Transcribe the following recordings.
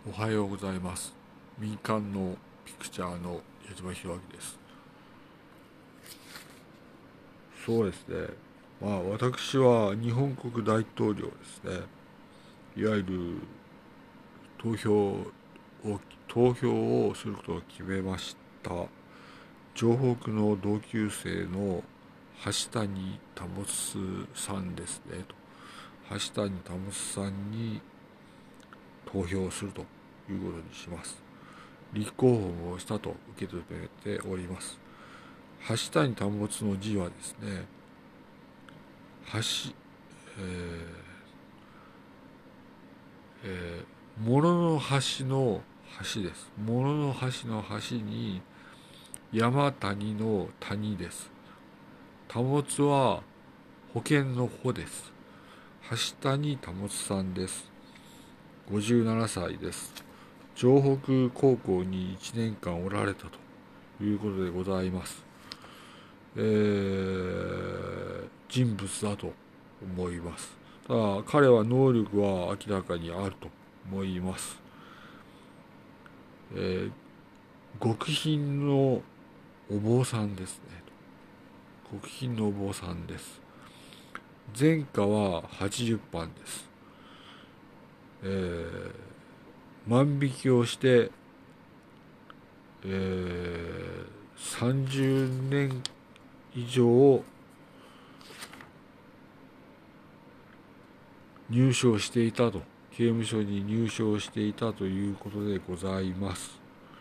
おはようございます。民間のピクチャーの矢島弘明です。そうですね。私は日本国大統領ですね。いわゆる投票を投票をすることを決めました。城北の同級生の橋谷保さんですね。橋谷保さんに投票するということにします。立候補をしたと受け止めております。橋谷保の字はですね、橋、諸の橋の橋です。諸の橋の橋に山谷の谷です。保は保険の保です。橋谷保さんです。57歳です。城北高校に1年間おられたということでございます。人物だと思います。ただ彼は能力は明らかにあると思います。極貧のお坊さんですね。極貧のお坊さんです。前科は80番です。万引きをして、30年以上入所していたと、刑務所に入所していたということでございます。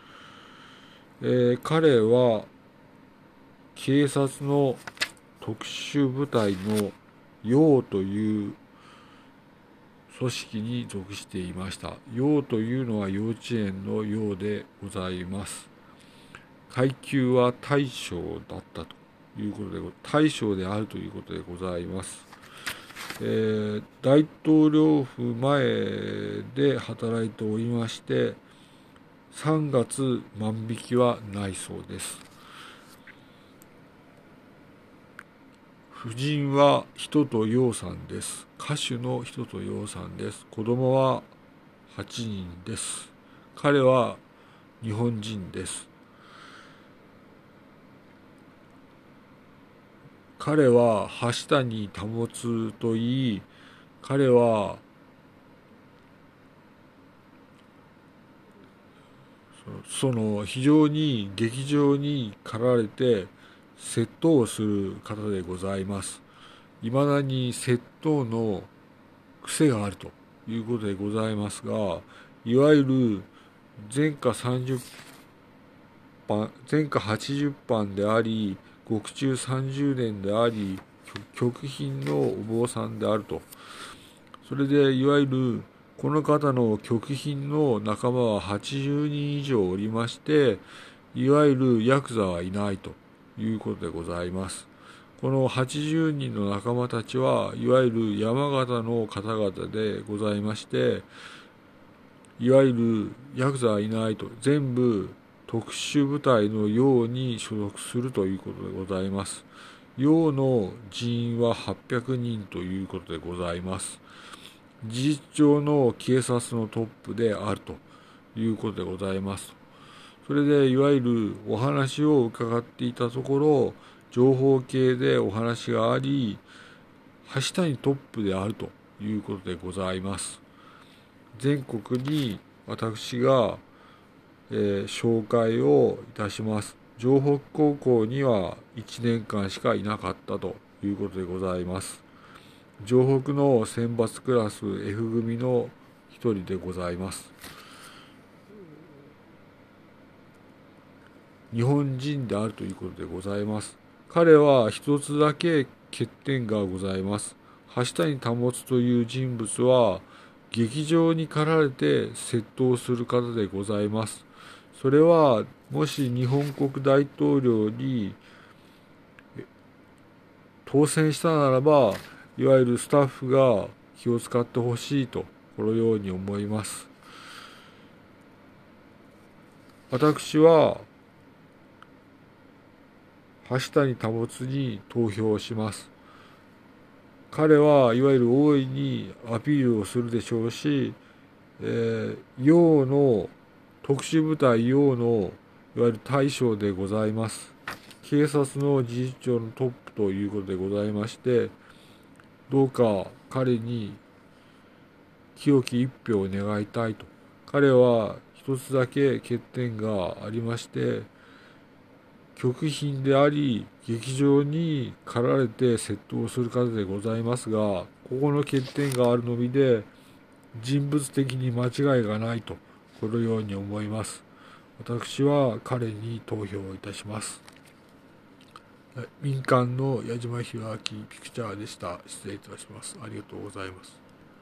彼は警察の特殊部隊の陽という組織に属していました。陽というのは幼稚園の陽でございます。階級は大将だったということで、大将であるということでございます。大統領府前で働いておりまして、3月万引きはないそうです。夫人は人と陽さんです。歌手の人と陽さんです。子供は8人です。彼は日本人です。彼は橋谷保といい、彼はその非常に劇場に駆られて窃盗をする方でございます。いまだに窃盗の癖があるということでございますが、いわゆる前科30版、前科80版であり、獄中30年であり、極貧のお坊さんであると。それでいわゆるこの方の極貧の仲間は80人以上おりまして、いわゆるヤクザはいないということでございます。この80人の仲間たちはいわゆる山形の方々でございまして、いわゆるヤクザはいないと、全部特殊部隊の陽に所属するということでございます。陽の人員は800人ということでございます。事実上の警察のトップであるということでございます。それでいわゆるお話を伺っていたところ、情報系でお話があり、橋谷トップであるということでございます。全国に私が、紹介をいたします。城北高校には1年間しかいなかったということでございます。城北の選抜クラス F 組の一人でございます。日本人であるということでございます。彼は一つだけ欠点がございます。橋谷保という人物は劇場に駆られて窃盗する方でございます。それはもし日本国大統領に当選したならば、いわゆるスタッフが気を使ってほしいとこのように思います。私は橋谷保に投票します。彼はいわゆる大いにアピールをするでしょうし、 洋の特殊部隊洋のいわゆる大将でございます。警察の事実上のトップということでございまして、どうか彼に清き一票を願いたいと。彼は一つだけ欠点がありまして、極貧であり、劇場に駆られて窃盗をする方でございますが、ここの欠点があるのみで、人物的に間違いがないと、このように思います。私は彼に投票いたします。民間の矢島弘明ピクチャーでした。失礼いたします。ありがとうございます。